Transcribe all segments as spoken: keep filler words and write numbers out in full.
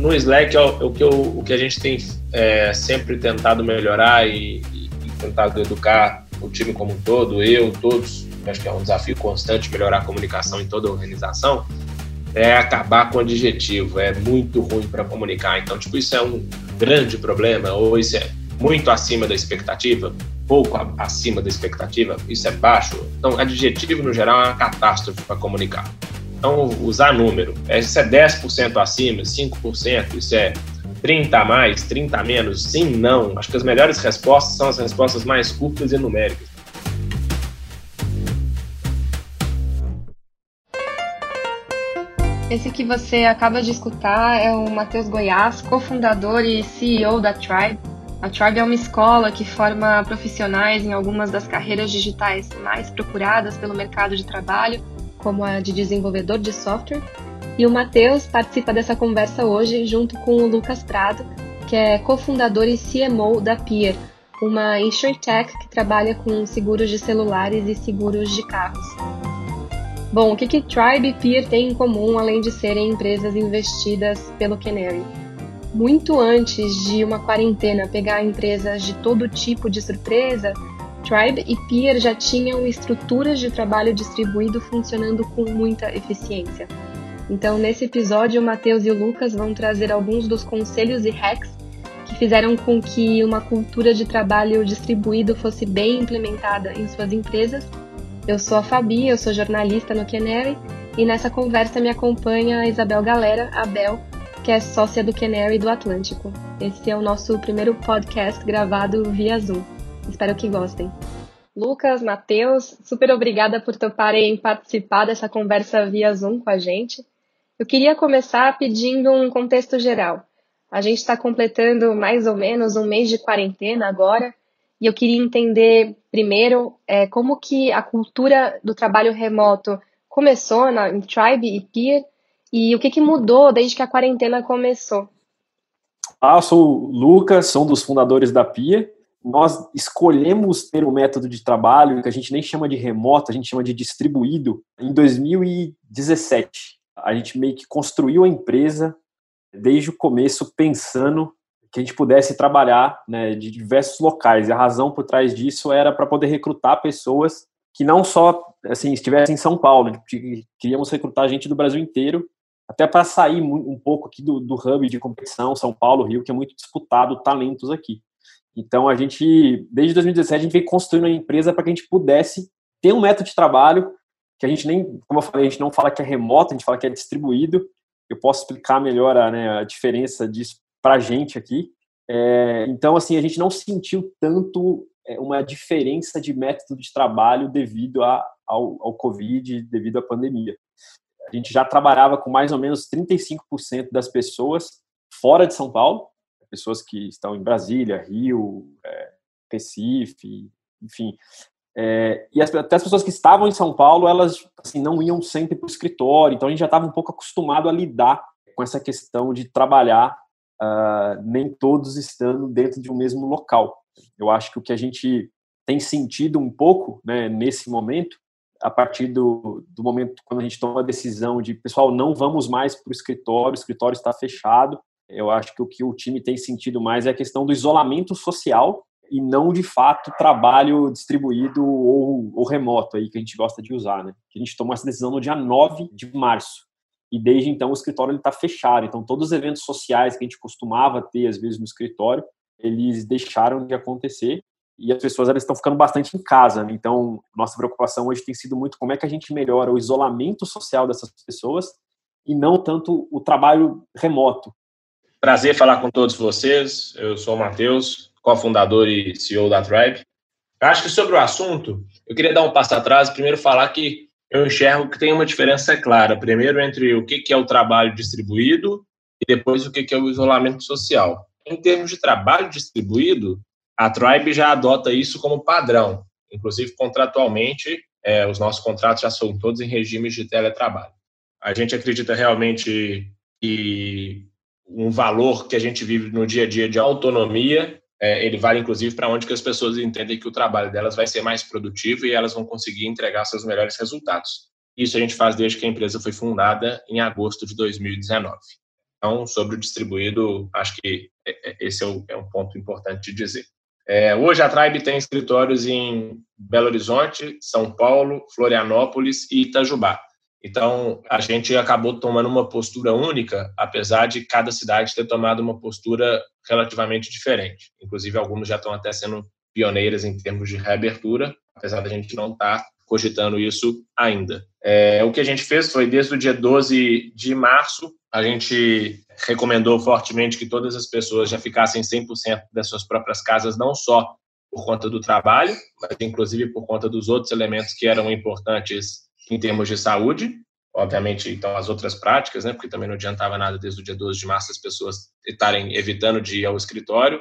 no Slack, o, o, que, eu, o que a gente tem é, sempre tentado melhorar e, e, e tentado educar o time como um todo, eu, todos, acho que é um desafio constante melhorar a comunicação em toda a organização, é acabar com o adjetivo, é muito ruim para comunicar. Então, tipo, isso é um grande problema, ou isso é muito acima da expectativa, pouco acima da expectativa, isso é baixo. Então, adjetivo, no geral, é uma catástrofe para comunicar. Então, usar número, isso é dez por cento acima, cinco por cento, isso é trinta por cento a mais, trinta por cento a menos, sim, não. Acho que as melhores respostas são as respostas mais curtas e numéricas. Esse que você acaba de escutar é o Matheus Goiás, cofundador e C E O da Tribe. A Tribe é uma escola que forma profissionais em algumas das carreiras digitais mais procuradas pelo mercado de trabalho, como a de desenvolvedor de software. E o Matheus participa dessa conversa hoje junto com o Lucas Prado, que é cofundador e C M O da Peer, uma insurtech que trabalha com seguros de celulares e seguros de carros. Bom, o que, que Tribe e Peer têm em comum, além de serem empresas investidas pelo Canary? Muito antes de uma quarentena pegar empresas de todo tipo de surpresa, Tribe e Peer já tinham estruturas de trabalho distribuído funcionando com muita eficiência. Então, nesse episódio, o Matheus e o Lucas vão trazer alguns dos conselhos e hacks que fizeram com que uma cultura de trabalho distribuído fosse bem implementada em suas empresas. Eu sou a Fabi, eu sou jornalista no Canary, e nessa conversa me acompanha a Isabel Galera, a Bel, que é sócia do Canary do Atlântico. Esse é o nosso primeiro podcast gravado via Zoom. Espero que gostem. Lucas, Matheus, super obrigada por toparem participar dessa conversa via Zoom com a gente. Eu queria começar pedindo um contexto geral. A gente está completando mais ou menos um mês de quarentena agora, e eu queria entender primeiro é, como que a cultura do trabalho remoto começou na, em Tribe e Peer, e o que, que mudou desde que a quarentena começou. Ah, eu sou o Lucas, sou um dos fundadores da Peer. Nós escolhemos ter um método de trabalho que a gente nem chama de remoto, a gente chama de distribuído, em dois mil e dezessete. A gente meio que construiu a empresa desde o começo pensando que a gente pudesse trabalhar, né, de diversos locais. E a razão por trás disso era para poder recrutar pessoas que não só assim, estivessem em São Paulo, queríamos recrutar gente do Brasil inteiro, até para sair um pouco aqui do, do hub de competição, São Paulo, Rio, que é muito disputado talentos aqui. Então, a gente, desde dois mil e dezessete, a gente veio construindo a empresa para que a gente pudesse ter um método de trabalho que a gente nem, como eu falei, a gente não fala que é remoto, a gente fala que é distribuído. Eu posso explicar melhor a, né, a diferença disso para a gente aqui. É, então, assim, a gente não sentiu tanto é, uma diferença de método de trabalho devido a, ao, ao Covid, devido à pandemia. A gente já trabalhava com mais ou menos trinta e cinco por cento das pessoas fora de São Paulo, pessoas que estão em Brasília, Rio, é, Recife, enfim. É, e as, até as pessoas que estavam em São Paulo, elas assim, não iam sempre para o escritório, então a gente já estava um pouco acostumado a lidar com essa questão de trabalhar uh, nem todos estando dentro de um mesmo local. Eu acho que o que a gente tem sentido um pouco, né, nesse momento, a partir do, do momento quando a gente toma a decisão de, pessoal, não vamos mais para o escritório, o escritório está fechado. Eu acho que o que o time tem sentido mais é a questão do isolamento social e não, de fato, trabalho distribuído ou, ou remoto, aí, que a gente gosta de usar, né? A gente tomou essa decisão no dia nove de março e desde então o escritório está fechado. Então, todos os eventos sociais que a gente costumava ter, às vezes, no escritório, eles deixaram de acontecer e as pessoas elas estão ficando bastante em casa, né? Então, nossa preocupação hoje tem sido muito como é que a gente melhora o isolamento social dessas pessoas e não tanto o trabalho remoto. Prazer falar com todos vocês. Eu sou o Matheus, cofundador e C E O da Tribe. Acho que sobre o assunto, eu queria dar um passo atrás e primeiro falar que eu enxergo que tem uma diferença clara. Primeiro, entre o que é o trabalho distribuído e depois o que é o isolamento social. Em termos de trabalho distribuído, a Tribe já adota isso como padrão. Inclusive, contratualmente, é, os nossos contratos já são todos em regimes de teletrabalho. A gente acredita realmente que um valor que a gente vive no dia a dia de autonomia, é, ele vale inclusive para onde que as pessoas entendem que o trabalho delas vai ser mais produtivo e elas vão conseguir entregar seus melhores resultados. Isso a gente faz desde que a empresa foi fundada em agosto de dois mil e dezenove. Então, sobre o distribuído, acho que esse é, o, é um ponto importante de dizer. É, hoje a Tribe tem escritórios em Belo Horizonte, São Paulo, Florianópolis e Itajubá. Então, a gente acabou tomando uma postura única, apesar de cada cidade ter tomado uma postura relativamente diferente. Inclusive, algumas já estão até sendo pioneiras em termos de reabertura, apesar da gente não estar cogitando isso ainda. É, o que a gente fez foi, desde o dia doze de março, a gente recomendou fortemente que todas as pessoas já ficassem cem por cento das suas próprias casas, não só por conta do trabalho, mas inclusive por conta dos outros elementos que eram importantes em termos de saúde. Obviamente, então, as outras práticas, né, porque também não adiantava nada desde o dia doze de março as pessoas estarem evitando de ir ao escritório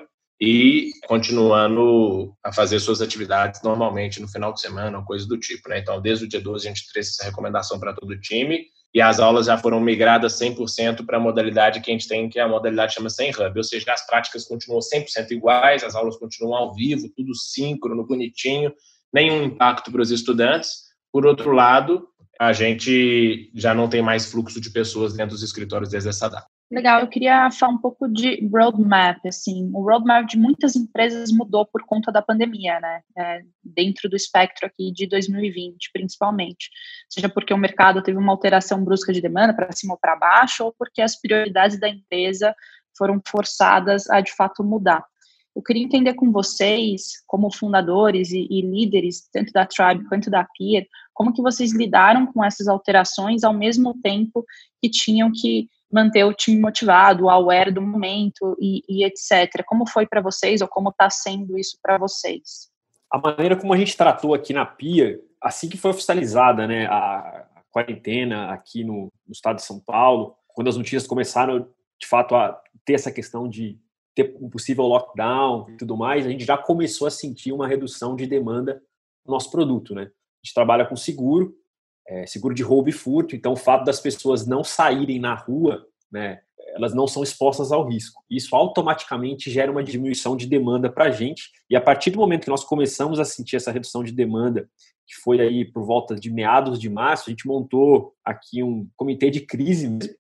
e continuando a fazer suas atividades normalmente no final de semana ou coisa do tipo, né? Então, desde o dia doze a gente trouxe essa recomendação para todo o time e as aulas já foram migradas cem por cento para a modalidade que a gente tem, que é a modalidade chama sem hub, ou seja, as práticas continuam cem por cento iguais, as aulas continuam ao vivo, tudo síncrono, bonitinho, nenhum impacto para os estudantes. Por outro lado, a gente já não tem mais fluxo de pessoas dentro dos escritórios desde essa data. Legal, eu queria falar um pouco de roadmap, assim, o roadmap de muitas empresas mudou por conta da pandemia, né, é, dentro do espectro aqui de dois mil e vinte, principalmente, seja porque o mercado teve uma alteração brusca de demanda para cima ou para baixo, ou porque as prioridades da empresa foram forçadas a, de fato, mudar. Eu queria entender com vocês, como fundadores e, e líderes, tanto da Tribe quanto da Peer, como que vocês lidaram com essas alterações ao mesmo tempo que tinham que manter o time motivado, aware do momento e, e etcétera. Como foi para vocês ou como está sendo isso para vocês? A maneira como a gente tratou aqui na Peer, assim que foi oficializada, né, a, a quarentena aqui no, no estado de São Paulo, quando as notícias começaram, de fato, a ter essa questão de ter um possível lockdown e tudo mais, a gente já começou a sentir uma redução de demanda no nosso produto, né? A gente trabalha com seguro, é, seguro de roubo e furto, então o fato das pessoas não saírem na rua, né, elas não são expostas ao risco. Isso automaticamente gera uma diminuição de demanda para a gente, e a partir do momento que nós começamos a sentir essa redução de demanda, que foi aí por volta de meados de março, a gente montou aqui um comitê de crise mesmo,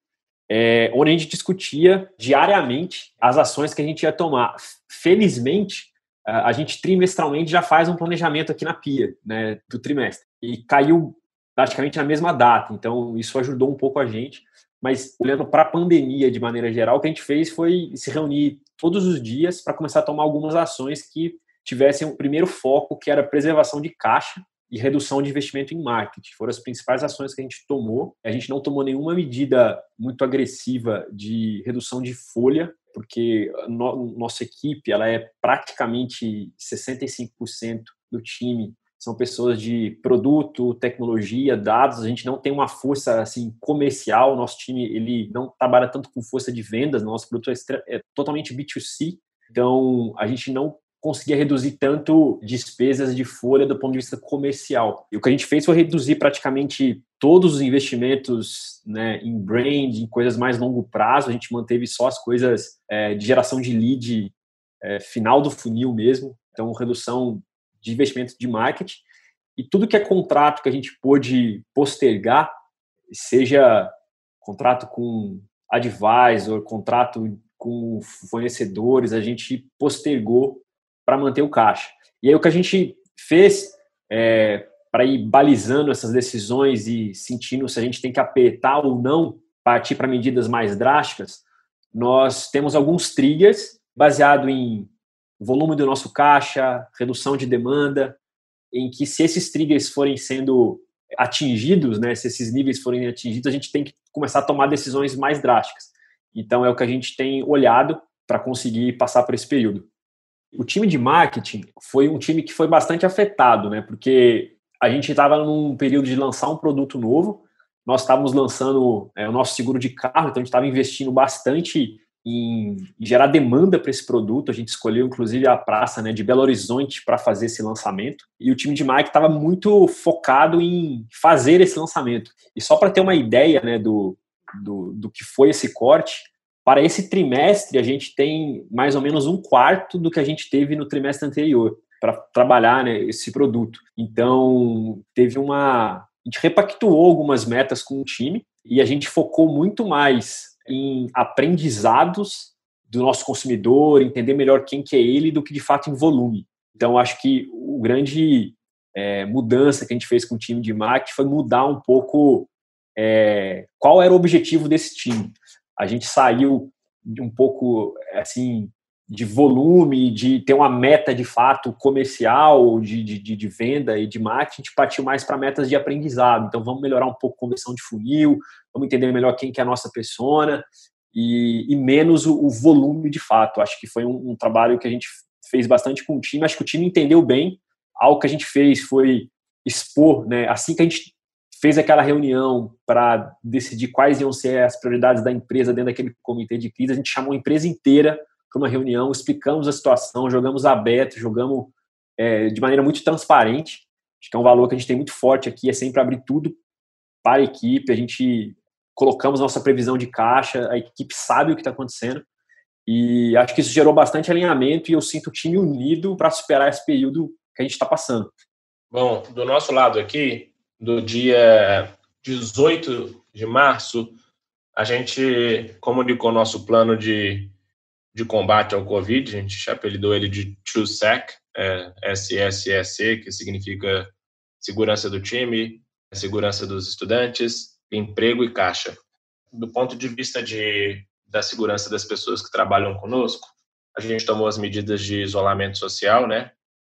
é, onde a gente discutia diariamente as ações que a gente ia tomar. Felizmente, a gente trimestralmente já faz um planejamento aqui na Peer, né, do trimestre, e caiu praticamente na mesma data, então isso ajudou um pouco a gente, mas olhando para a pandemia de maneira geral, o que a gente fez foi se reunir todos os dias para começar a tomar algumas ações que tivessem o primeiro foco, que era preservação de caixa e redução de investimento em marketing. Foram as principais ações que a gente tomou. A gente não tomou nenhuma medida muito agressiva de redução de folha, porque a no, nossa equipe ela é praticamente sessenta e cinco por cento do time são pessoas de produto, tecnologia, dados. A gente não tem uma força assim comercial. O nosso time ele não trabalha tanto com força de vendas. Nosso produto é, extra, é totalmente B dois C. Então, a gente não conseguia reduzir tanto despesas de folha do ponto de vista comercial. E o que a gente fez foi reduzir praticamente todos os investimentos, né, em brand, em coisas mais longo prazo. A gente manteve só as coisas é, de geração de lead é, final do funil mesmo. Então, redução de investimento de marketing. E tudo que é contrato que a gente pôde postergar, seja contrato com advisor, contrato com fornecedores, a gente postergou para manter o caixa. E aí o que a gente fez é, para ir balizando essas decisões e sentindo se a gente tem que apertar ou não, partir para medidas mais drásticas, nós temos alguns triggers baseado em volume do nosso caixa, redução de demanda, em que se esses triggers forem sendo atingidos, né, se esses níveis forem atingidos, a gente tem que começar a tomar decisões mais drásticas. Então é o que a gente tem olhado para conseguir passar por esse período. O time de marketing foi um time que foi bastante afetado, né? Porque a gente estava num período de lançar um produto novo, nós estávamos lançando é, o nosso seguro de carro, então a gente estava investindo bastante em, em gerar demanda para esse produto. A gente escolheu, inclusive, a praça, né, de Belo Horizonte para fazer esse lançamento. E o time de marketing estava muito focado em fazer esse lançamento. E só para ter uma ideia, né, do, do, do que foi esse corte, para esse trimestre, a gente tem mais ou menos um quarto do que a gente teve no trimestre anterior para trabalhar, né, esse produto. Então, teve uma... A gente repactuou algumas metas com o time e a gente focou muito mais em aprendizados do nosso consumidor, entender melhor quem que é ele, do que de fato em volume. Então, acho que o grande é, mudança que a gente fez com o time de marketing foi mudar um pouco é, qual era o objetivo desse time. A gente saiu de um pouco assim de volume, de ter uma meta de fato comercial, de, de, de venda e de marketing, a gente partiu mais para metas de aprendizado. Então, vamos melhorar um pouco a conversão de funil, vamos entender melhor quem que é a nossa persona e, e menos o, o volume de fato. Acho que foi um, um trabalho que a gente fez bastante com o time. Acho que o time entendeu bem. Algo que a gente fez foi expor, né? Assim que a gente fez aquela reunião para decidir quais iam ser as prioridades da empresa dentro daquele comitê de crise, a gente chamou a empresa inteira para uma reunião, explicamos a situação, jogamos aberto, jogamos é, de maneira muito transparente. Acho que é um valor que a gente tem muito forte aqui, é sempre abrir tudo para a equipe. A gente colocamos nossa previsão de caixa, a equipe sabe o que está acontecendo e acho que isso gerou bastante alinhamento e eu sinto o time unido para superar esse período que a gente está passando. Bom, do nosso lado aqui, do dia dezoito de março, a gente comunicou nosso plano de de combate ao Covid, a gente apelidou ele de two S E C, é, S S E C, que significa segurança do time, segurança dos estudantes, emprego e caixa. Do ponto de vista de, da segurança das pessoas que trabalham conosco, a gente tomou as medidas de isolamento social, né?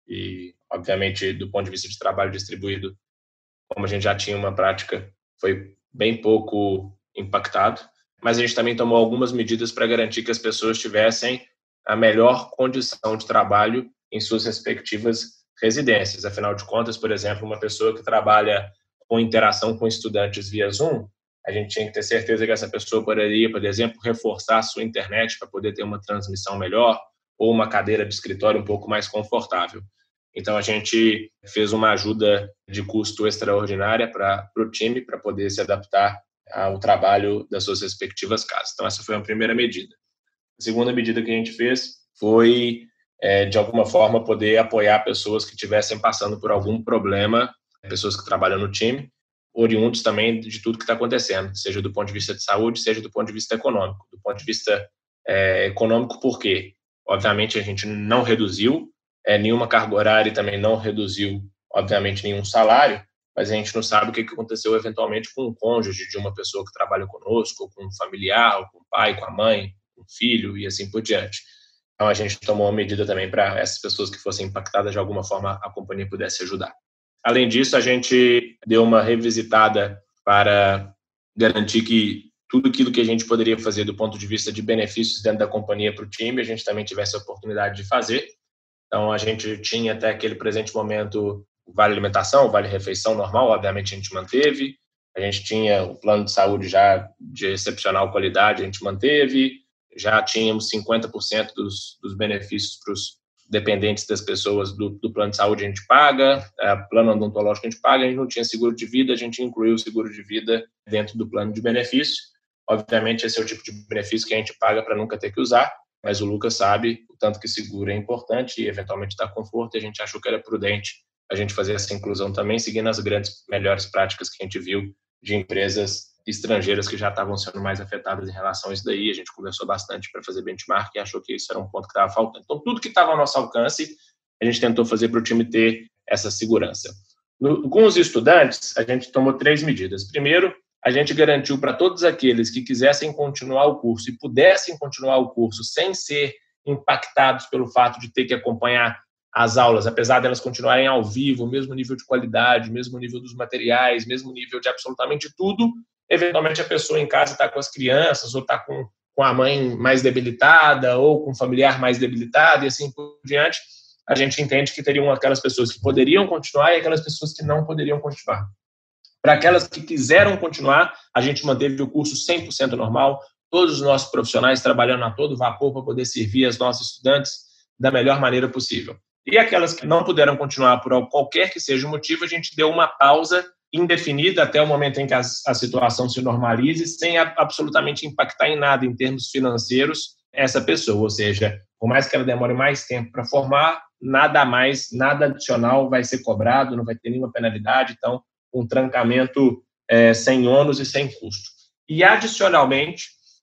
E, obviamente, do ponto de vista de trabalho distribuído, como a gente já tinha uma prática, foi bem pouco impactado. Mas a gente também tomou algumas medidas para garantir que as pessoas tivessem a melhor condição de trabalho em suas respectivas residências. Afinal de contas, por exemplo, uma pessoa que trabalha com interação com estudantes via Zoom, a gente tinha que ter certeza que essa pessoa poderia, por exemplo, reforçar a sua internet para poder ter uma transmissão melhor ou uma cadeira de escritório um pouco mais confortável. Então, a gente fez uma ajuda de custo extraordinária para o time, para poder se adaptar ao trabalho das suas respectivas casas. Então, essa foi a primeira medida. A segunda medida que a gente fez foi, é, de alguma forma, poder apoiar pessoas que estivessem passando por algum problema, pessoas que trabalham no time, oriundos também de tudo que está acontecendo, seja do ponto de vista de saúde, seja do ponto de vista econômico. Do ponto de vista é, econômico, por quê? Obviamente, a gente não reduziu é, nenhuma carga horária e também não reduziu, obviamente, nenhum salário, mas a gente não sabe o que aconteceu eventualmente com o cônjuge de uma pessoa que trabalha conosco, ou com um familiar, ou com o pai, com a mãe, com o filho e assim por diante. Então, a gente tomou uma medida também para essas pessoas que fossem impactadas de alguma forma, a companhia pudesse ajudar. Além disso, a gente deu uma revisitada para garantir que tudo aquilo que a gente poderia fazer do ponto de vista de benefícios dentro da companhia para o time, a gente também tivesse a oportunidade de fazer. Então, a gente tinha até aquele presente momento o vale alimentação, o vale refeição normal, obviamente a gente manteve. A gente tinha o plano de saúde já de excepcional qualidade, a gente manteve. Já tínhamos cinquenta por cento dos, dos benefícios para os dependentes das pessoas do, do plano de saúde, a gente paga. É, plano odontológico a gente paga. A gente não tinha seguro de vida, a gente incluiu o seguro de vida dentro do plano de benefício. Obviamente, esse é o tipo de benefício que a gente paga para nunca ter que usar, mas o Lucas sabe o tanto que seguro é importante e, eventualmente, dá conforto, e a gente achou que era prudente a gente fazer essa inclusão também, seguindo as grandes, melhores práticas que a gente viu de empresas estrangeiras que já estavam sendo mais afetadas em relação a isso daí. A gente conversou bastante para fazer benchmark e achou que isso era um ponto que estava faltando. Então, tudo que estava ao nosso alcance, a gente tentou fazer para o time ter essa segurança. No, com os estudantes, a gente tomou três medidas. Primeiro, a gente garantiu para todos aqueles que quisessem continuar o curso e pudessem continuar o curso sem ser impactados pelo fato de ter que acompanhar as aulas, apesar delas continuarem ao vivo, mesmo nível de qualidade, mesmo nível dos materiais, mesmo nível de absolutamente tudo, eventualmente a pessoa em casa está com as crianças, ou está com, com a mãe mais debilitada, ou com o familiar mais debilitado, e assim por diante, a gente entende que teriam aquelas pessoas que poderiam continuar e aquelas pessoas que não poderiam continuar. Para aquelas que quiseram continuar, a gente manteve o curso cem por cento normal, todos os nossos profissionais trabalhando a todo vapor para poder servir as nossas estudantes da melhor maneira possível. E aquelas que não puderam continuar por qualquer que seja o motivo, a gente deu uma pausa indefinida até o momento em que a, a situação se normalize, sem a, absolutamente impactar em nada em termos financeiros essa pessoa. Ou seja, por mais que ela demore mais tempo para formar, nada mais, nada adicional vai ser cobrado, não vai ter nenhuma penalidade. Então, um trancamento é, sem ônus e sem custo. E, adicionalmente,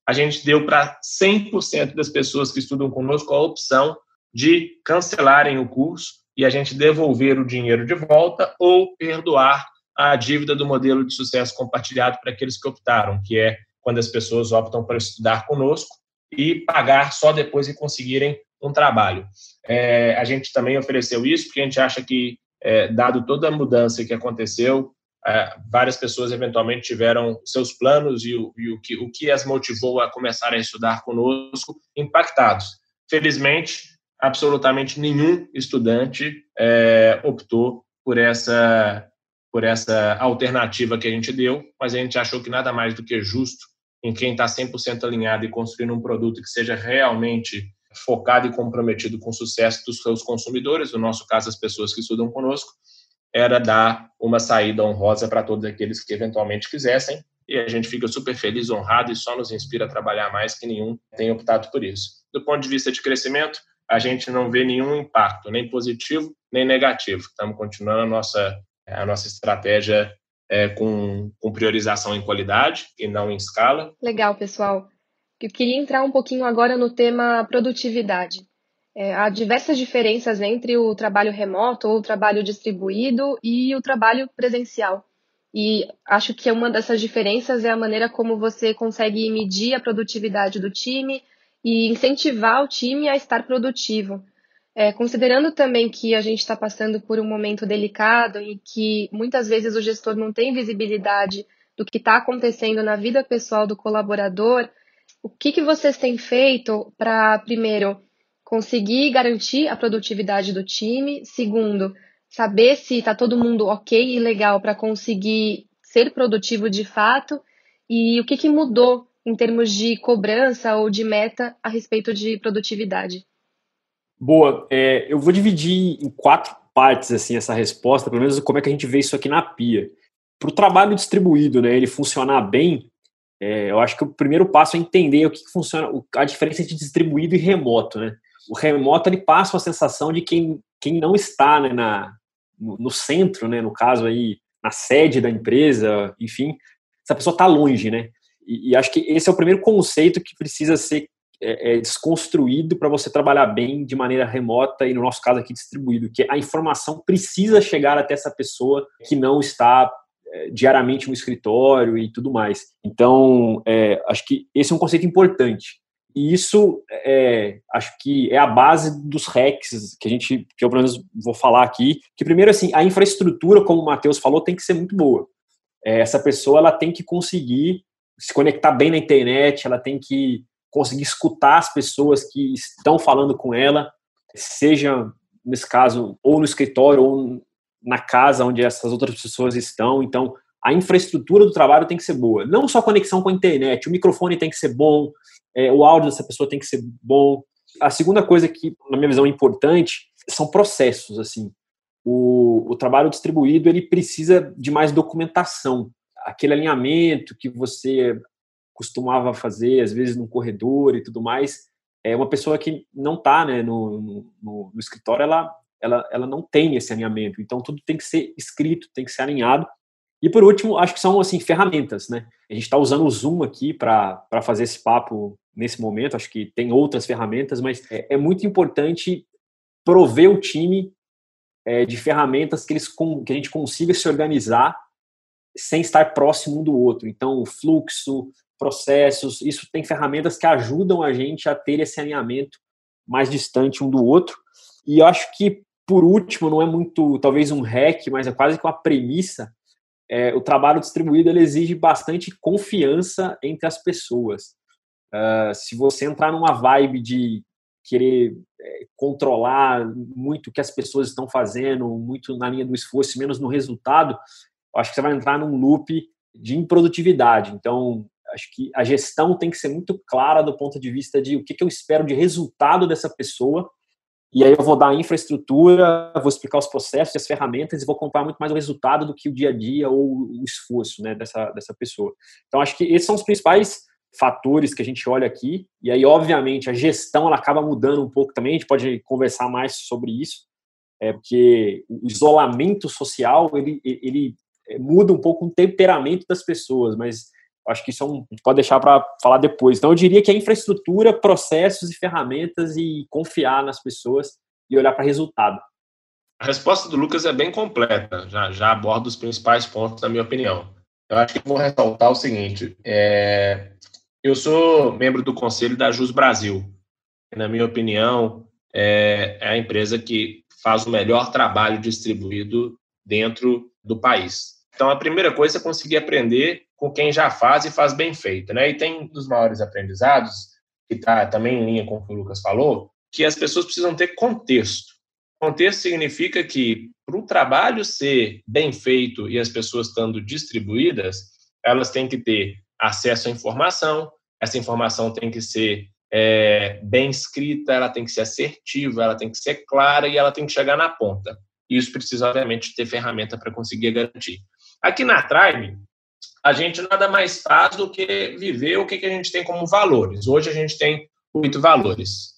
a gente deu para cem por cento das pessoas que estudam conosco a opção de cancelarem o curso e a gente devolver o dinheiro de volta ou perdoar a dívida do modelo de sucesso compartilhado para aqueles que optaram, que é quando as pessoas optam para estudar conosco e pagar só depois que conseguirem um trabalho. É, a gente também ofereceu isso porque a gente acha que, é, dado toda a mudança que aconteceu, é, várias pessoas eventualmente tiveram seus planos e, o, e o, que, o que as motivou a começar a estudar conosco impactados. Felizmente, absolutamente nenhum estudante é, optou por essa, por essa alternativa que a gente deu, mas a gente achou que nada mais do que justo em quem está cem por cento alinhado e construindo um produto que seja realmente focado e comprometido com o sucesso dos seus consumidores, no nosso caso, as pessoas que estudam conosco, era dar uma saída honrosa para todos aqueles que eventualmente quisessem, e a gente fica super feliz, honrado, e só nos inspira a trabalhar mais que nenhum tem optado por isso. Do ponto de vista de crescimento, a gente não vê nenhum impacto, nem positivo, nem negativo. Estamos continuando a nossa, a nossa estratégia é, com, com priorização em qualidade e não em escala. Legal, pessoal. Eu queria entrar um pouquinho agora no tema produtividade. É, há diversas diferenças entre o trabalho remoto ou o trabalho distribuído e o trabalho presencial. E acho que uma dessas diferenças é a maneira como você consegue medir a produtividade do time e incentivar o time a estar produtivo. É, considerando também que a gente está passando por um momento delicado e que muitas vezes o gestor não tem visibilidade do que está acontecendo na vida pessoal do colaborador, o que, que vocês têm feito para, primeiro, conseguir garantir a produtividade do time, segundo, saber se está todo mundo ok e legal para conseguir ser produtivo de fato, e o que, que mudou em termos de cobrança ou de meta a respeito de produtividade? Boa. É, eu vou dividir em quatro partes assim, essa resposta, pelo menos como é que a gente vê isso aqui na Pia. Para o trabalho distribuído, né, ele funcionar bem, é, eu acho que o primeiro passo é entender o que, que funciona, a diferença entre distribuído e remoto. Né? O remoto ele passa a sensação de quem, quem não está, né, na, no, no centro, né, no caso aí, na sede da empresa, enfim, essa pessoa está longe, né? E, e acho que esse é o primeiro conceito que precisa ser é, é, desconstruído para você trabalhar bem de maneira remota e, no nosso caso aqui, distribuído, que a informação precisa chegar até essa pessoa que não está é, diariamente no escritório e tudo mais. Então, é, acho que esse é um conceito importante. E isso, é, acho que é a base dos hacks que a gente, que eu pelo menos vou falar aqui, que primeiro, assim, a infraestrutura, como o Matheus falou, tem que ser muito boa. É, essa pessoa, ela tem que conseguir se conectar bem na internet, ela tem que conseguir escutar as pessoas que estão falando com ela, seja, nesse caso, ou no escritório ou na casa onde essas outras pessoas estão. Então, a infraestrutura do trabalho tem que ser boa. Não só a conexão com a internet, o microfone tem que ser bom, é, o áudio dessa pessoa tem que ser bom. A segunda coisa que, na minha visão, é importante são processos. Assim. O, o trabalho distribuído ele precisa de mais documentação. Aquele alinhamento que você costumava fazer, às vezes, no corredor e tudo mais, é uma pessoa que não está, né, no, no, no escritório, ela, ela, ela não tem esse alinhamento. Então, tudo tem que ser escrito, tem que ser alinhado. E, por último, acho que são assim, ferramentas. Né? A gente está usando o Zoom aqui para fazer esse papo nesse momento. Acho que tem outras ferramentas, mas é, é muito importante prover o time é, de ferramentas que, eles, que a gente consiga se organizar sem estar próximo um do outro. Então, o fluxo, processos, isso tem ferramentas que ajudam a gente a ter esse alinhamento mais distante um do outro. E eu acho que, por último, não é muito, talvez um hack, mas é quase que uma premissa, é, o trabalho distribuído ele exige bastante confiança entre as pessoas. Uh, se você entrar numa vibe de querer é, controlar muito o que as pessoas estão fazendo, muito na linha do esforço, menos no resultado, acho que você vai entrar num loop de improdutividade. Então, acho que a gestão tem que ser muito clara do ponto de vista de o que, que eu espero de resultado dessa pessoa, e aí eu vou dar a infraestrutura, vou explicar os processos e as ferramentas e vou comprar muito mais o resultado do que o dia a dia ou o esforço, né, dessa, dessa pessoa. Então, acho que esses são os principais fatores que a gente olha aqui, e aí, obviamente, a gestão ela acaba mudando um pouco também, a gente pode conversar mais sobre isso, é, porque o isolamento social, ele, ele muda um pouco o temperamento das pessoas, mas Acho que isso é um, a gente pode deixar para falar depois. Então, eu diria que é infraestrutura, processos e ferramentas e confiar nas pessoas e olhar para resultado. A resposta do Lucas é bem completa, já, já aborda os principais pontos, na minha opinião. Eu acho que vou ressaltar o seguinte, é, eu sou membro do conselho da Jus Brasil, que, na minha opinião, é, é a empresa que faz o melhor trabalho distribuído dentro do país. Então, a primeira coisa é conseguir aprender com quem já faz e faz bem feito, né? E tem um dos maiores aprendizados, que está também em linha com o que o Lucas falou, que as pessoas precisam ter contexto. Contexto significa que, para o trabalho ser bem feito e as pessoas estando distribuídas, elas têm que ter acesso à informação, essa informação tem que ser é, bem escrita, ela tem que ser assertiva, ela tem que ser clara e ela tem que chegar na ponta. E isso precisa, obviamente, ter ferramenta para conseguir garantir. Aqui na Tribe, a gente nada mais faz do que viver o que a gente tem como valores. Hoje a gente tem oito valores.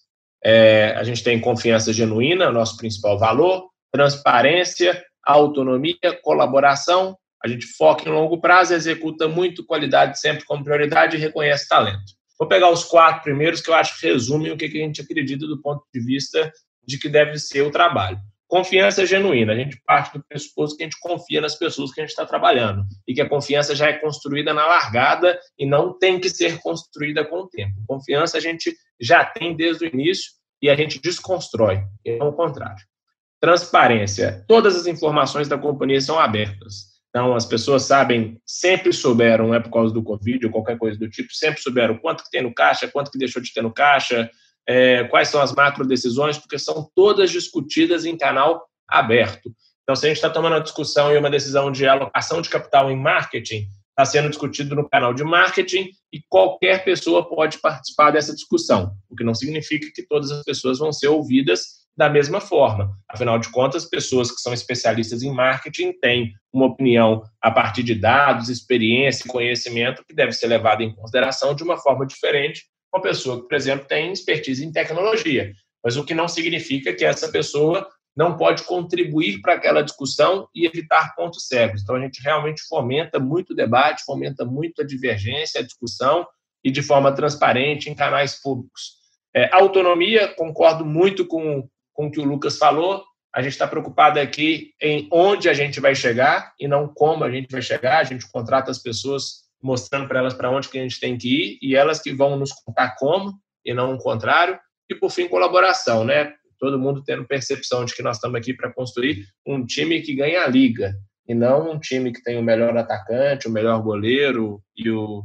É, a gente tem confiança genuína, nosso principal valor, transparência, autonomia, colaboração. A gente foca em longo prazo, executa muito, qualidade sempre como prioridade e reconhece talento. Vou pegar os quatro primeiros que eu acho que resumem o que a gente acredita do ponto de vista de que deve ser o trabalho. Confiança genuína. A gente parte do pressuposto que a gente confia nas pessoas que a gente está trabalhando e que a confiança já é construída na largada e não tem que ser construída com o tempo. Confiança a gente já tem desde o início e a gente desconstrói, e não o contrário. Transparência. Todas as informações da companhia são abertas. Então, as pessoas sabem, sempre souberam, não é por causa do Covid ou qualquer coisa do tipo, sempre souberam quanto que tem no caixa, quanto que deixou de ter no caixa, É, quais são as macro decisões, porque são todas discutidas em canal aberto. Então, se a gente está tomando uma discussão e uma decisão de alocação de capital em marketing, está sendo discutido no canal de marketing e qualquer pessoa pode participar dessa discussão, o que não significa que todas as pessoas vão ser ouvidas da mesma forma. Afinal de contas, pessoas que são especialistas em marketing têm uma opinião a partir de dados, experiência e conhecimento que deve ser levada em consideração de uma forma diferente uma pessoa que, por exemplo, tem expertise em tecnologia, mas o que não significa que essa pessoa não pode contribuir para aquela discussão e evitar pontos cegos. Então, a gente realmente fomenta muito o debate, fomenta muito a divergência, a discussão e de forma transparente em canais públicos. É, autonomia, concordo muito com, com o que o Lucas falou, a gente está preocupado aqui em onde a gente vai chegar e não como a gente vai chegar, a gente contrata as pessoas mostrando para elas para onde que a gente tem que ir e elas que vão nos contar como e não o contrário. E, por fim, colaboração, né? Todo mundo tendo percepção de que nós estamos aqui para construir um time que ganha a liga e não um time que tem o melhor atacante, o melhor goleiro e o,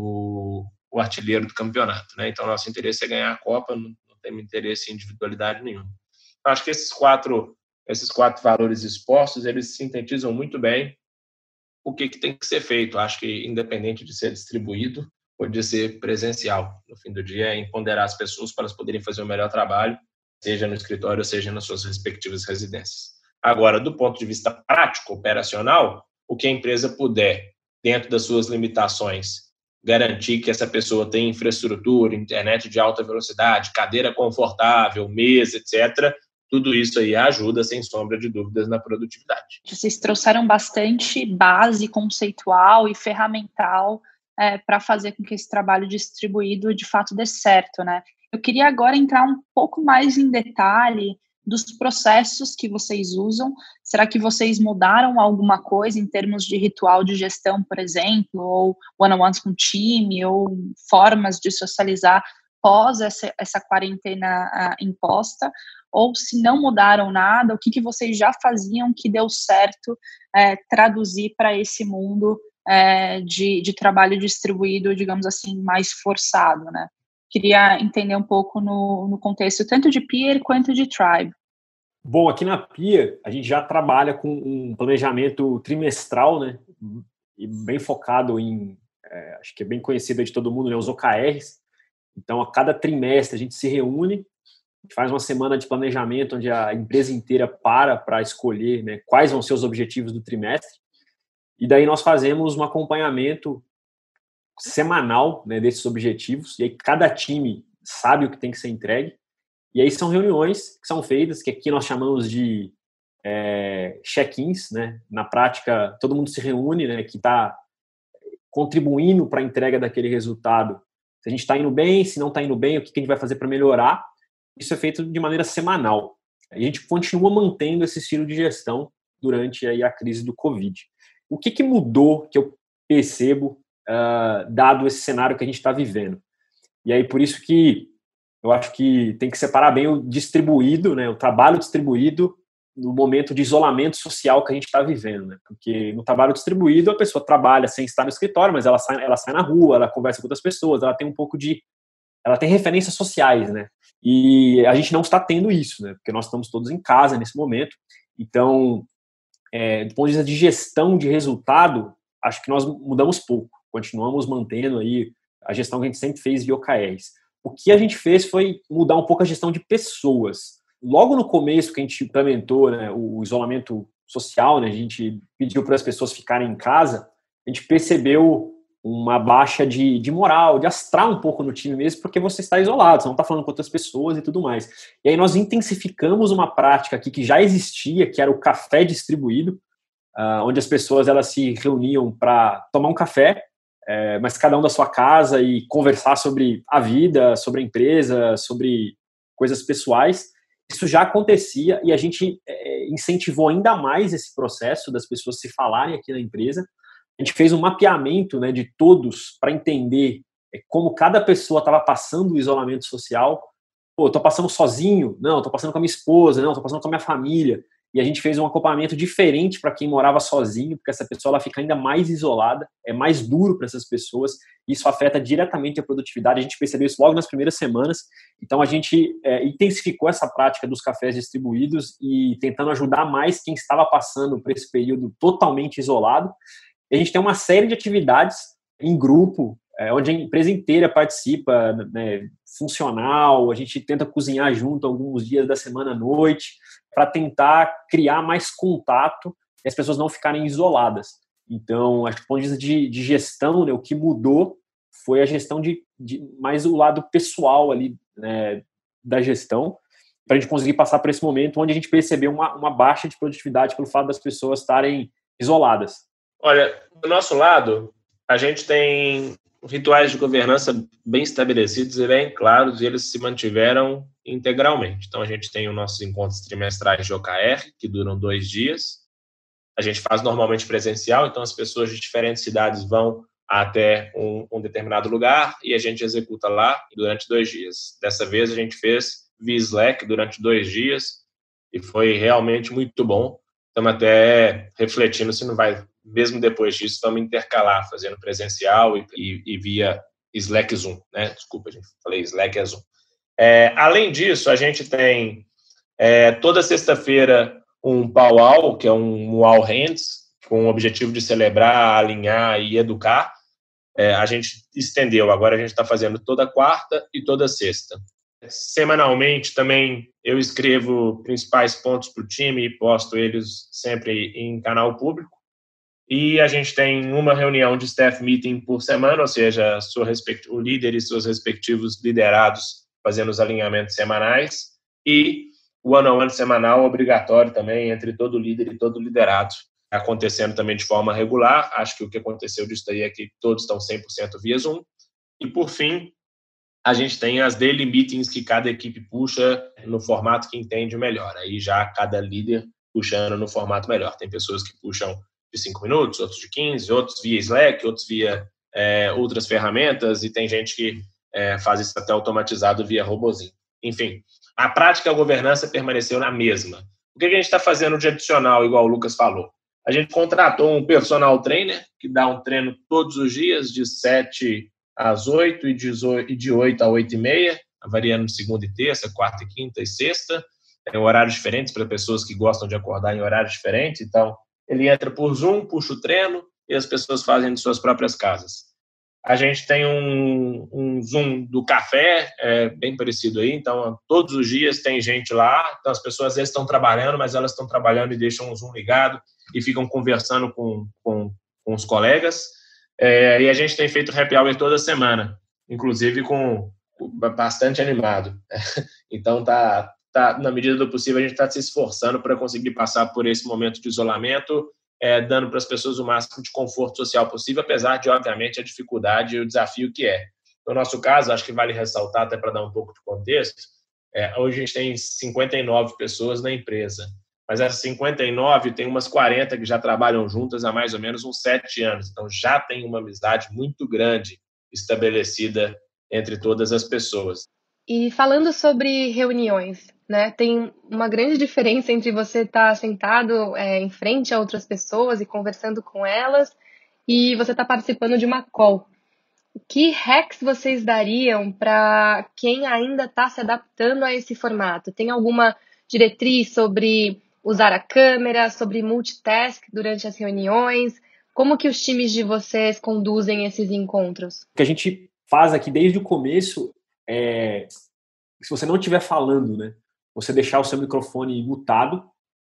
o, o artilheiro do campeonato, né? Então, nosso interesse é ganhar a Copa, não, não temos interesse em individualidade nenhuma. Então, acho que esses quatro, esses quatro valores expostos, eles sintetizam muito bem o que, que tem que ser feito. Acho que, independente de ser distribuído ou de ser presencial, no fim do dia, é empoderar as pessoas para elas poderem fazer o melhor trabalho, seja no escritório, seja nas suas respectivas residências. Agora, do ponto de vista prático, operacional, o que a empresa puder, dentro das suas limitações, garantir que essa pessoa tenha infraestrutura, internet de alta velocidade, cadeira confortável, mesa, etcétera, tudo isso aí ajuda, sem sombra de dúvidas, na produtividade. Vocês trouxeram bastante base conceitual e ferramental é, para fazer com que esse trabalho distribuído de fato dê certo, né? Eu queria agora entrar um pouco mais em detalhe dos processos que vocês usam. Será que vocês mudaram alguma coisa em termos de ritual de gestão, por exemplo, ou one-on-ones com time, ou formas de socializar pós essa, essa quarentena uh, imposta? Ou se não mudaram nada, o que, que vocês já faziam que deu certo é, traduzir para esse mundo é, de, de trabalho distribuído, digamos assim, mais forçado, né? Queria entender um pouco no, no contexto tanto de peer quanto de tribe. Bom, aqui na peer, a gente já trabalha com um planejamento trimestral, né? E bem focado em, é, acho que é bem conhecido de todo mundo, né? Os O K Rs. Então, a cada trimestre a gente se reúne, a gente faz uma semana de planejamento onde a empresa inteira para para escolher, né, quais vão ser os objetivos do trimestre. E daí nós fazemos um acompanhamento semanal, né, desses objetivos. E aí cada time sabe o que tem que ser entregue. E aí são reuniões que são feitas, que aqui nós chamamos de é, check-ins, né? Na prática, todo mundo se reúne, né, que está contribuindo para a entrega daquele resultado. Se a gente está indo bem, se não está indo bem, o que a gente vai fazer para melhorar. Isso é feito de maneira semanal. A gente continua mantendo esse estilo de gestão durante aí a crise do Covid. O que, que mudou, que eu percebo, uh, dado esse cenário que a gente está vivendo? E aí, por isso que eu acho que tem que separar bem o distribuído, né, o trabalho distribuído, no momento de isolamento social que a gente está vivendo, né? Porque no trabalho distribuído a pessoa trabalha sem estar no escritório, mas ela sai, ela sai na rua, ela conversa com outras pessoas, ela tem um pouco de, ela tem referências sociais, né? E a gente não está tendo isso, né? Porque nós estamos todos em casa nesse momento. Então, é, do ponto de vista de gestão de resultado, acho que nós mudamos pouco. Continuamos mantendo aí a gestão que a gente sempre fez de O K Rs. O que a gente fez foi mudar um pouco a gestão de pessoas. Logo no começo que a gente implementou, né, o isolamento social, né, a gente pediu para as pessoas ficarem em casa, a gente percebeu uma baixa de, de moral, de astral um pouco no time mesmo, porque você está isolado, você não está falando com outras pessoas e tudo mais. E aí nós intensificamos uma prática aqui que já existia, que era o café distribuído, uh, onde as pessoas elas se reuniam para tomar um café, é, mas cada um da sua casa e conversar sobre a vida, sobre a empresa, sobre coisas pessoais. Isso já acontecia e a gente é, incentivou ainda mais esse processo das pessoas se falarem aqui na empresa. A gente fez um mapeamento, né, de todos para entender é, como cada pessoa estava passando o isolamento social. Pô, estou passando sozinho? Não, estou passando com a minha esposa. Não, estou passando com a minha família. E a gente fez um acompanhamento diferente para quem morava sozinho, porque essa pessoa ela fica ainda mais isolada, é mais duro para essas pessoas, e isso afeta diretamente a produtividade. A gente percebeu isso logo nas primeiras semanas, então a gente é, intensificou essa prática dos cafés distribuídos e tentando ajudar mais quem estava passando por esse período totalmente isolado. E a gente tem uma série de atividades em grupo, é, onde a empresa inteira participa, né, funcional, a gente tenta cozinhar junto alguns dias da semana à noite, para tentar criar mais contato e as pessoas não ficarem isoladas. Então, acho que do ponto de vista de, de gestão, né, o que mudou foi a gestão de, de mais o lado pessoal ali, né, da gestão, para a gente conseguir passar por esse momento onde a gente percebeu uma, uma baixa de produtividade pelo fato das pessoas estarem isoladas. Olha, do nosso lado, a gente tem rituais de governança bem estabelecidos e bem claros, e eles se mantiveram integralmente. Então, a gente tem os nossos encontros trimestrais de O K R, que duram dois dias. A gente faz normalmente presencial, então as pessoas de diferentes cidades vão até um, um determinado lugar e a gente executa lá durante dois dias. Dessa vez, a gente fez via Slack durante dois dias e foi realmente muito bom. Estamos até refletindo se não vai, mesmo depois disso, vamos intercalar, fazendo presencial e, e, e via Slack Zoom, né? Desculpa, gente, falei Slack é Zoom. É, além disso, a gente tem é, toda sexta-feira um powwow, que é um all hands, com o objetivo de celebrar, alinhar e educar. É, a gente estendeu, agora a gente está fazendo toda quarta e toda sexta. Semanalmente também eu escrevo principais pontos para o time e posto eles sempre em canal público. E a gente tem uma reunião de staff meeting por semana, ou seja, sua respect... o líder e seus respectivos liderados fazendo os alinhamentos semanais. E o one-on-one semanal obrigatório também entre todo líder e todo liderado, acontecendo também de forma regular. Acho que o que aconteceu disso daí é que todos estão cem por cento via Zoom. E, por fim, a gente tem as daily meetings que cada equipe puxa no formato que entende melhor. Aí já cada líder puxando no formato melhor. Tem pessoas que puxam de cinco minutos, outros de quinze, outros via Slack, outros via é, outras ferramentas, e tem gente que é, faz isso até automatizado via robozinho. Enfim, a prática, a governança permaneceu na mesma. O que a gente está fazendo de adicional, igual o Lucas falou? A gente contratou um personal trainer que dá um treino todos os dias, de sete às oito e de oito a oito e meia, variando segunda e terça, quarta e quinta e sexta. Tem horários diferentes para pessoas que gostam de acordar em horários diferentes. Então, ele entra por Zoom, puxa o treino e as pessoas fazem de suas próprias casas. A gente tem um, um Zoom do café, é, bem parecido aí. Então, todos os dias tem gente lá. Então, as pessoas às vezes estão trabalhando, mas elas estão trabalhando e deixam o Zoom ligado e ficam conversando com, com, com os colegas. É, e a gente tem feito happy hour toda semana, inclusive com, com bastante animado. Então, tá, tá, na medida do possível, a gente está se esforçando para conseguir passar por esse momento de isolamento é, dando para as pessoas o máximo de conforto social possível, apesar de, obviamente, a dificuldade e o desafio que é. No nosso caso, acho que vale ressaltar, até para dar um pouco de contexto, é, hoje a gente tem cinquenta e nove pessoas na empresa, mas essas cinquenta e nove tem umas quarenta que já trabalham juntas há mais ou menos uns sete anos, então já tem uma amizade muito grande estabelecida entre todas as pessoas. E falando sobre reuniões, né, tem uma grande diferença entre você estar sentado é, em frente a outras pessoas e conversando com elas e você estar participando de uma call. Que hacks vocês dariam para quem ainda está se adaptando a esse formato? Tem alguma diretriz sobre usar a câmera, sobre multitask durante as reuniões? Como que os times de vocês conduzem esses encontros? O que a gente faz aqui desde o começo é, se você não estiver falando, né, você deixar o seu microfone mutado.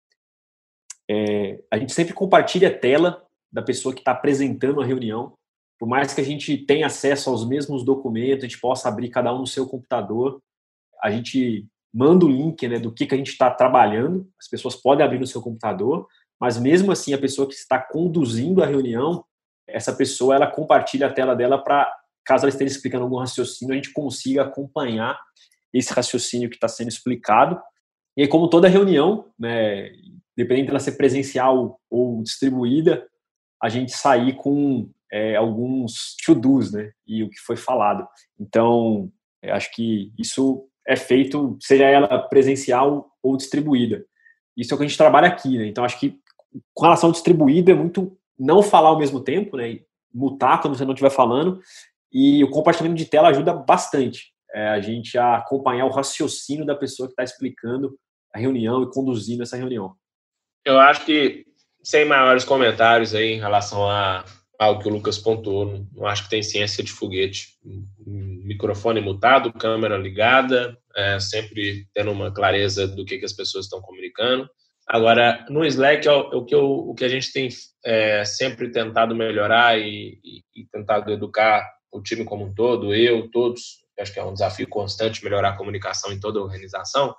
É, a gente sempre compartilha a tela da pessoa que está apresentando a reunião. Por mais que a gente tenha acesso aos mesmos documentos, a gente possa abrir cada um no seu computador, a gente manda o link, né, do que, que a gente está trabalhando, as pessoas podem abrir no seu computador, mas mesmo assim a pessoa que está conduzindo a reunião, essa pessoa ela compartilha a tela dela para, caso ela esteja explicando algum raciocínio, a gente consiga acompanhar esse raciocínio que está sendo explicado. E aí, como toda reunião, né, dependendo dela ser presencial ou distribuída, a gente sair com É, alguns to-dos, né, e o que foi falado. Então, acho que isso é feito, seja ela presencial ou distribuída. Isso é o que a gente trabalha aqui, né? Então, acho que com relação ao distribuído é muito não falar ao mesmo tempo, né, mutar quando você não estiver falando, e o compartilhamento de tela ajuda bastante é, a gente a acompanhar o raciocínio da pessoa que está explicando a reunião e conduzindo essa reunião. Eu acho que, sem maiores comentários aí em relação a ao que o Lucas pontuou, não, não acho que tem ciência de foguete. Microfone mutado, câmera ligada, é, sempre tendo uma clareza do que, que as pessoas estão comunicando. Agora, no Slack, é o, o, que, eu, o que a gente tem é, sempre tentado melhorar e, e, e tentado educar o time como um todo, eu, todos, acho que é um desafio constante melhorar a comunicação em toda a organização,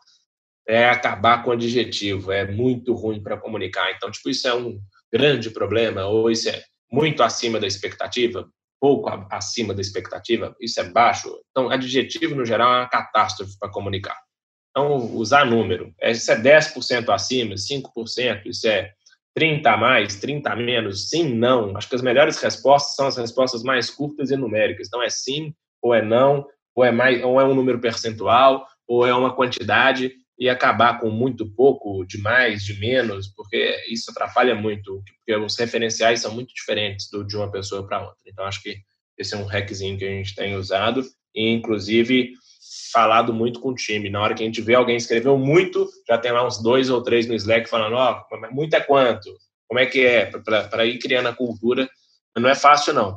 é acabar com o adjetivo. É muito ruim para comunicar. Então, tipo, isso é um grande problema, ou isso é muito acima da expectativa, pouco acima da expectativa, isso é baixo. Então, adjetivo, no geral, é uma catástrofe para comunicar. Então, usar número. Isso é dez por cento acima, cinco por cento, isso é trinta a mais, trinta a menos, sim, não. Acho que as melhores respostas são as respostas mais curtas e numéricas. Então, é sim, ou é não, ou é, mais, ou é um número percentual, ou é uma quantidade, e acabar com muito pouco, de mais, de menos, porque isso atrapalha muito, porque os referenciais são muito diferentes do, de uma pessoa para outra. Então, acho que esse é um hackzinho que a gente tem usado e, inclusive, falado muito com o time. Na hora que a gente vê alguém escreveu muito, já tem lá uns dois ou três no Slack falando, ó, oh, muito é quanto? Como é que é? Para ir criando a cultura. Não é fácil, não.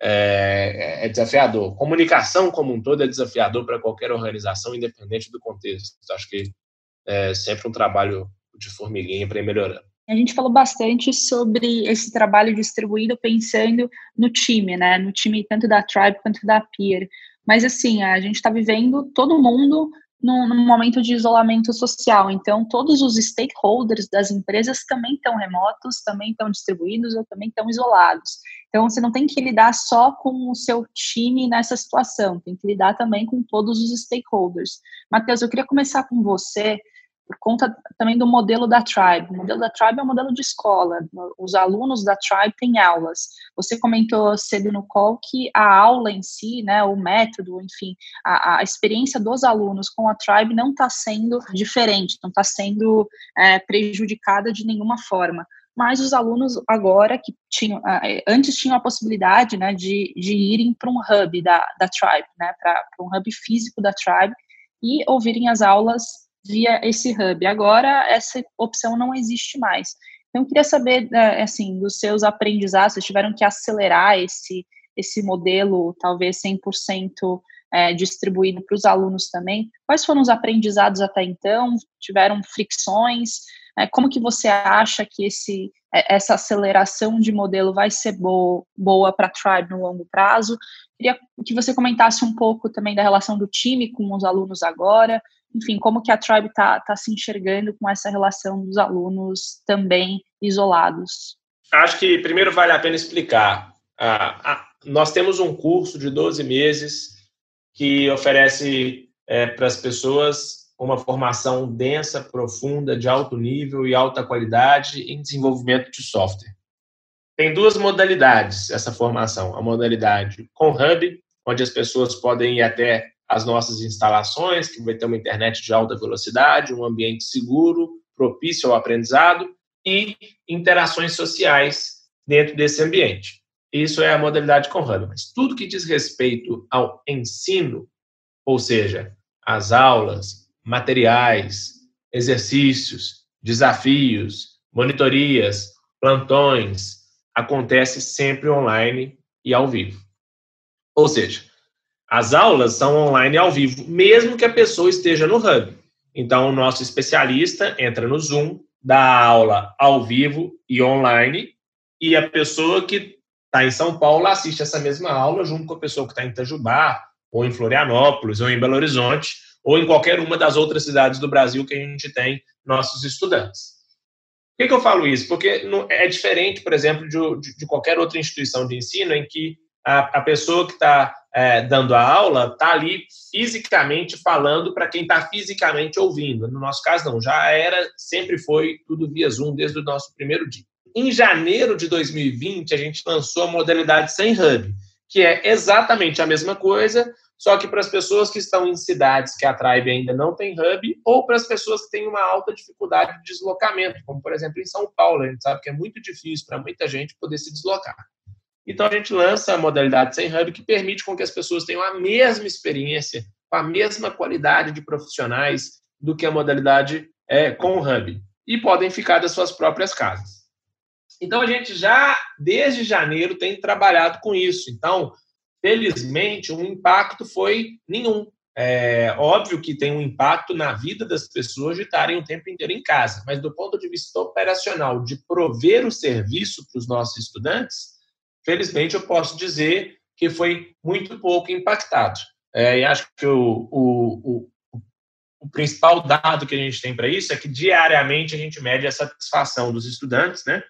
É, é desafiador. Comunicação como um todo é desafiador para qualquer organização, independente do contexto. Acho que é sempre um trabalho de formiguinha para ir melhorando. A gente falou bastante sobre esse trabalho distribuído pensando no time, né? No time tanto da Tribe quanto da Peer. Mas, assim, a gente está vivendo todo mundo num, num momento de isolamento social. Então, todos os stakeholders das empresas também estão remotos, também estão distribuídos ou também estão isolados. Então, você não tem que lidar só com o seu time nessa situação, tem que lidar também com todos os stakeholders. Matheus, eu queria começar com você, por conta também do modelo da Tribe. O modelo da Tribe é um modelo de escola. Os alunos da Tribe têm aulas. Você comentou cedo no call que a aula em si, né, o método, enfim, a, a experiência dos alunos com a Tribe não está sendo diferente, não está sendo é, prejudicada de nenhuma forma. Mas os alunos agora que tinham, antes tinham a possibilidade, né, de, de irem para um hub da, da Tribe, né, para um hub físico da Tribe e ouvirem as aulas via esse hub. Agora, essa opção não existe mais. Então, eu queria saber, assim, dos seus aprendizados, vocês tiveram que acelerar esse, esse modelo, talvez cem por cento é, distribuído para os alunos também. Quais foram os aprendizados até então? Tiveram fricções? É, como que você acha que esse, essa aceleração de modelo vai ser boa, boa para a Tribe no longo prazo? Queria que você comentasse um pouco também da relação do time com os alunos agora. Enfim, como que a Tribe está tá se enxergando com essa relação dos alunos também isolados? Acho que primeiro vale a pena explicar. Ah, ah, nós temos um curso de doze meses que oferece é, para as pessoas uma formação densa, profunda, de alto nível e alta qualidade em desenvolvimento de software. Tem duas modalidades essa formação. A modalidade com Hub, onde as pessoas podem ir até as nossas instalações, que vai ter uma internet de alta velocidade, um ambiente seguro, propício ao aprendizado e interações sociais dentro desse ambiente. Isso é a modalidade com Hub. Mas tudo que diz respeito ao ensino, ou seja, as aulas, materiais, exercícios, desafios, monitorias, plantões, acontece sempre online e ao vivo. Ou seja, as aulas são online e ao vivo, mesmo que a pessoa esteja no Hub. Então, o nosso especialista entra no Zoom, dá a aula ao vivo e online, e a pessoa que está em São Paulo assiste essa mesma aula junto com a pessoa que está em Itajubá, ou em Florianópolis, ou em Belo Horizonte, ou em qualquer uma das outras cidades do Brasil que a gente tem nossos estudantes. Por que, que eu falo isso? Porque é diferente, por exemplo, de, de qualquer outra instituição de ensino em que a, a pessoa que está é, dando a aula está ali fisicamente falando para quem está fisicamente ouvindo. No nosso caso, não. Já era, sempre foi tudo via Zoom desde o nosso primeiro dia. Em janeiro de dois mil e vinte, a gente lançou a modalidade sem Hub, que é exatamente a mesma coisa, só que para as pessoas que estão em cidades que a Tribe ainda não tem Hub, ou para as pessoas que têm uma alta dificuldade de deslocamento, como, por exemplo, em São Paulo. A gente sabe que é muito difícil para muita gente poder se deslocar. Então, a gente lança a modalidade sem Hub, que permite com que as pessoas tenham a mesma experiência, com a mesma qualidade de profissionais do que a modalidade é, com Hub. E podem ficar das suas próprias casas. Então, a gente já, desde janeiro, tem trabalhado com isso. Então, felizmente, o impacto foi nenhum. É óbvio que tem um impacto na vida das pessoas de estarem o tempo inteiro em casa, mas do ponto de vista operacional, de prover o serviço para os nossos estudantes, felizmente eu posso dizer que foi muito pouco impactado. É, e acho que o, o, o, o principal dado que a gente tem para isso é que diariamente a gente mede a satisfação dos estudantes, né?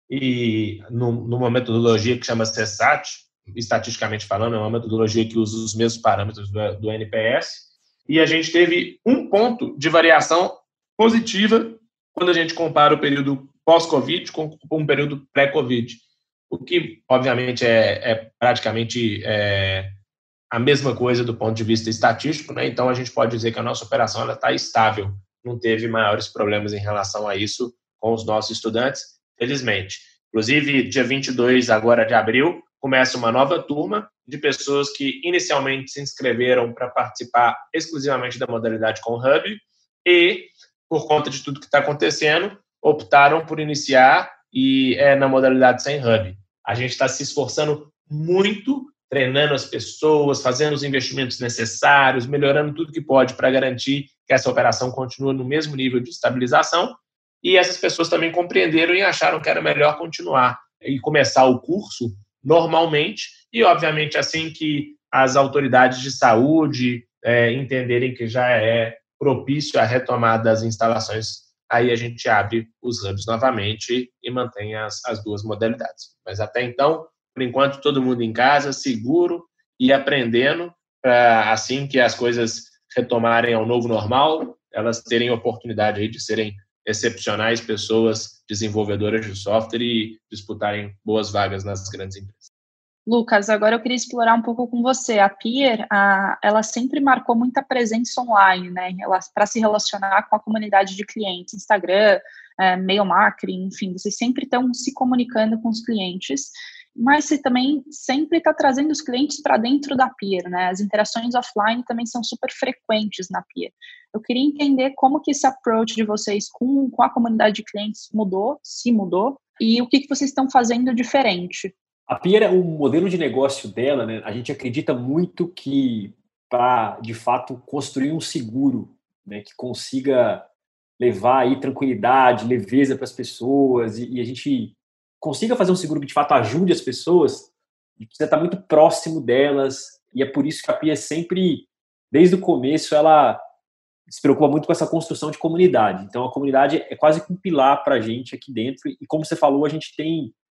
E numa metodologia que chama CESAT, estatisticamente falando, é uma metodologia que usa os mesmos parâmetros do, do N P S, e a gente teve um ponto de variação positiva quando a gente compara o período pós-Covid com um período pré-Covid, o que, obviamente, é, é praticamente é, a mesma coisa do ponto de vista estatístico, né? Então, a gente pode dizer que a nossa operação está estável, não teve maiores problemas em relação a isso com os nossos estudantes, felizmente. Inclusive, dia vinte e dois agora de abril, começa uma nova turma de pessoas que inicialmente se inscreveram para participar exclusivamente da modalidade com Hub e, por conta de tudo que está acontecendo, optaram por iniciar e é na modalidade sem Hub. A gente está se esforçando muito, treinando as pessoas, fazendo os investimentos necessários, melhorando tudo que pode para garantir que essa operação continue no mesmo nível de estabilização. E essas pessoas também compreenderam e acharam que era melhor continuar e começar o curso normalmente e, obviamente, assim que as autoridades de saúde é, entenderem que já é propício a retomada das instalações, aí a gente abre os hubs novamente e mantém as, as duas modalidades. Mas até então, por enquanto, todo mundo em casa, seguro e aprendendo, para assim que as coisas retomarem ao novo normal, elas terem oportunidade aí de serem excepcionais pessoas desenvolvedoras de software e disputarem boas vagas nas grandes empresas. Lucas, agora eu queria explorar um pouco com você. A Peer, a, ela sempre marcou muita presença online, né, para se relacionar com a comunidade de clientes, Instagram, é, mail marketing, enfim, vocês sempre estão se comunicando com os clientes, mas você também sempre está trazendo os clientes para dentro da Peer, né? As interações offline também são super frequentes na Peer. Eu queria entender como que esse approach de vocês com, com a comunidade de clientes mudou, se mudou, e o que, que vocês estão fazendo diferente. A Peer, o modelo de negócio dela, né, a gente acredita muito que para, de fato, construir um seguro, né, que consiga levar aí tranquilidade, leveza para as pessoas e, e a gente consiga fazer um seguro que, de fato, ajude as pessoas, a gente precisa estar muito próximo delas e é por isso que a Peer sempre, desde o começo, ela se preocupa muito com essa construção de comunidade. Então, a comunidade é quase que um pilar para a gente aqui dentro e, como você falou, a gente tem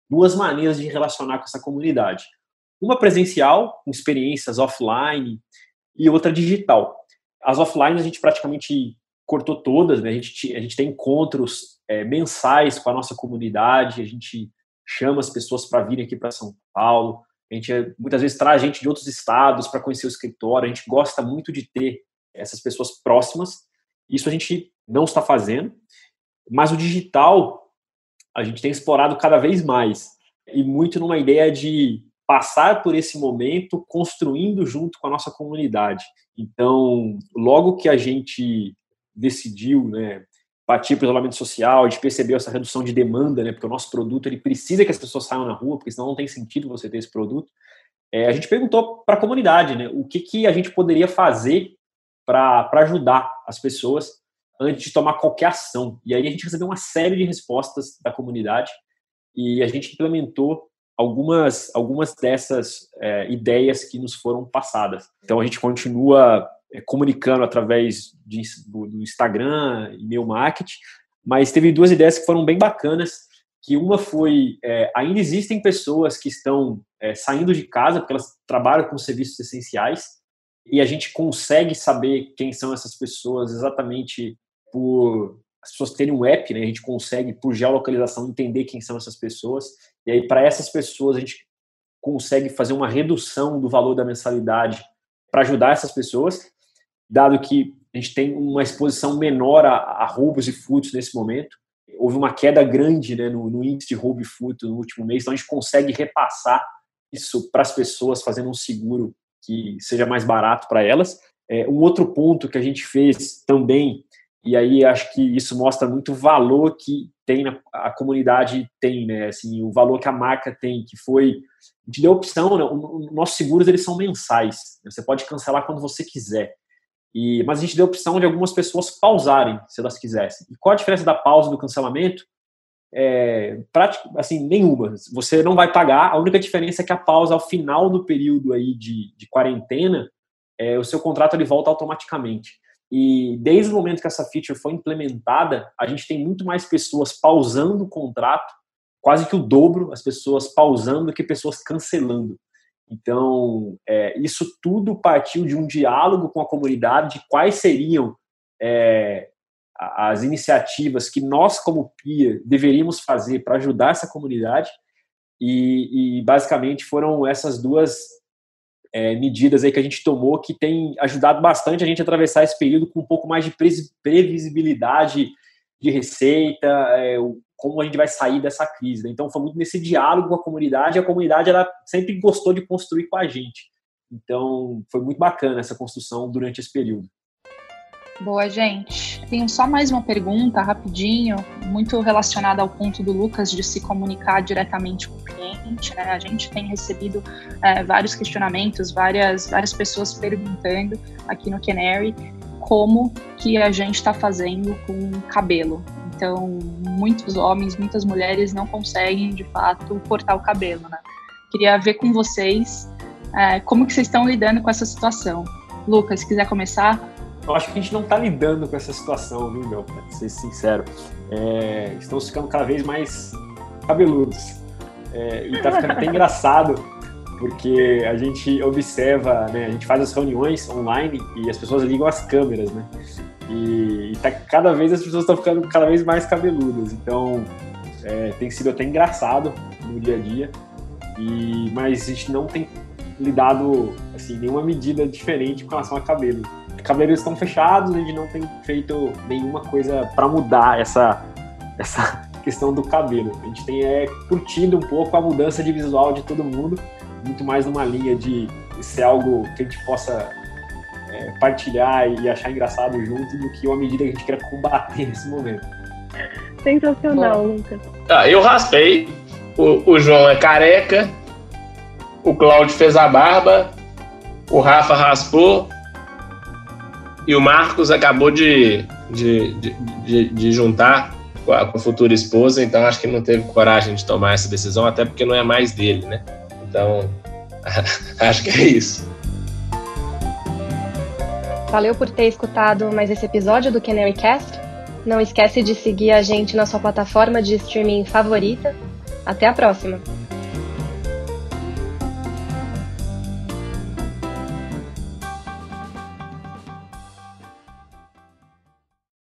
duas maneiras de relacionar com essa comunidade. Uma presencial, com experiências offline, e outra digital. As offline a gente praticamente cortou todas, né? A gente, a gente tem encontros é, mensais com a nossa comunidade, a gente chama as pessoas para virem aqui para São Paulo, a gente muitas vezes traz gente de outros estados para conhecer o escritório, a gente gosta muito de ter essas pessoas próximas, isso a gente não está fazendo, mas o digital a gente tem explorado cada vez mais, e muito numa ideia de passar por esse momento construindo junto com a nossa comunidade. Então, logo que a gente decidiu, né, partir para o isolamento social, a gente percebeu essa redução de demanda, né, porque o nosso produto ele precisa que as pessoas saiam na rua, porque senão não tem sentido você ter esse produto. É, a gente perguntou para a comunidade, né, o que, que a gente poderia fazer para ajudar as pessoas antes de tomar qualquer ação. E aí a gente recebeu uma série de respostas da comunidade e a gente implementou algumas, algumas dessas é, ideias que nos foram passadas. Então a gente continua é, comunicando através de, do, do Instagram, e-mail marketing, mas teve duas ideias que foram bem bacanas, que uma foi, é, ainda existem pessoas que estão é, saindo de casa porque elas trabalham com serviços essenciais e a gente consegue saber quem são essas pessoas exatamente por as pessoas terem um app, né? A gente consegue, por geolocalização, entender quem são essas pessoas. E aí, para essas pessoas, a gente consegue fazer uma redução do valor da mensalidade para ajudar essas pessoas, dado que a gente tem uma exposição menor a, a roubos e furtos nesse momento. Houve uma queda grande, né, no, no índice de roubo e furto no último mês, então a gente consegue repassar isso para as pessoas, fazendo um seguro que seja mais barato para elas. É, um outro ponto que a gente fez também, e aí acho que isso mostra muito o valor que tem na, a comunidade tem, né? Assim, o valor que a marca tem, que foi, a gente deu opção, né? Os nossos seguros eles são mensais, né? Você pode cancelar quando você quiser. E, mas a gente deu opção de algumas pessoas pausarem, se elas quisessem. E qual a diferença da pausa e do cancelamento? É, prática, assim, nenhuma. Você não vai pagar, a única diferença é que a pausa ao final do período aí de, de quarentena, é, o seu contrato ele volta automaticamente. E desde o momento que essa feature foi implementada, a gente tem muito mais pessoas pausando o contrato, quase que o dobro as pessoas pausando do que pessoas cancelando. Então, é, isso tudo partiu de um diálogo com a comunidade de quais seriam é, as iniciativas que nós, como P I A, deveríamos fazer para ajudar essa comunidade e, e basicamente foram essas duas É, medidas aí que a gente tomou que tem ajudado bastante a gente a atravessar esse período com um pouco mais de previsibilidade de receita, é, como a gente vai sair dessa crise, né? Então foi muito nesse diálogo com a comunidade, e a comunidade ela sempre gostou de construir com a gente, então foi muito bacana essa construção durante esse período. Boa, gente. Tenho só mais uma pergunta, rapidinho, muito relacionada ao ponto do Lucas de se comunicar diretamente com o cliente, né? A gente tem recebido é, vários questionamentos, várias, várias pessoas perguntando aqui no Canary como que a gente está fazendo com cabelo. Então, muitos homens, muitas mulheres não conseguem, de fato, cortar o cabelo, né? Queria ver com vocês é, como que vocês estão lidando com essa situação. Lucas, se quiser começar... Eu acho que a gente não está lidando com essa situação, viu, meu? Para ser sincero. É, estamos ficando cada vez mais cabeludos. É, e está ficando até engraçado, porque a gente observa, né? A gente faz as reuniões online e as pessoas ligam as câmeras, né? E, e tá, cada vez as pessoas estão ficando cada vez mais cabeludas. Então, é, tem sido até engraçado no dia a dia. E, mas a gente não tem lidado, assim, nenhuma medida diferente com relação a cabelo. Cabelos estão fechados, a gente não tem feito nenhuma coisa para mudar essa, essa questão do cabelo. A gente tem é, curtido um pouco a mudança de visual de todo mundo, muito mais numa linha de ser algo que a gente possa é, partilhar e achar engraçado junto do que uma medida que a gente quer combater nesse momento. Sensacional, Lucas. Ah, eu raspei, o, o João é careca, o Cláudio fez a barba, o Rafa raspou, e o Marcos acabou de, de, de, de, de juntar com a, com a futura esposa, então acho que não teve coragem de tomar essa decisão, até porque não é mais dele, né? Então, acho que é isso. Valeu por ter escutado mais esse episódio do Canarycast. Não esquece de seguir a gente na sua plataforma de streaming favorita. Até a próxima!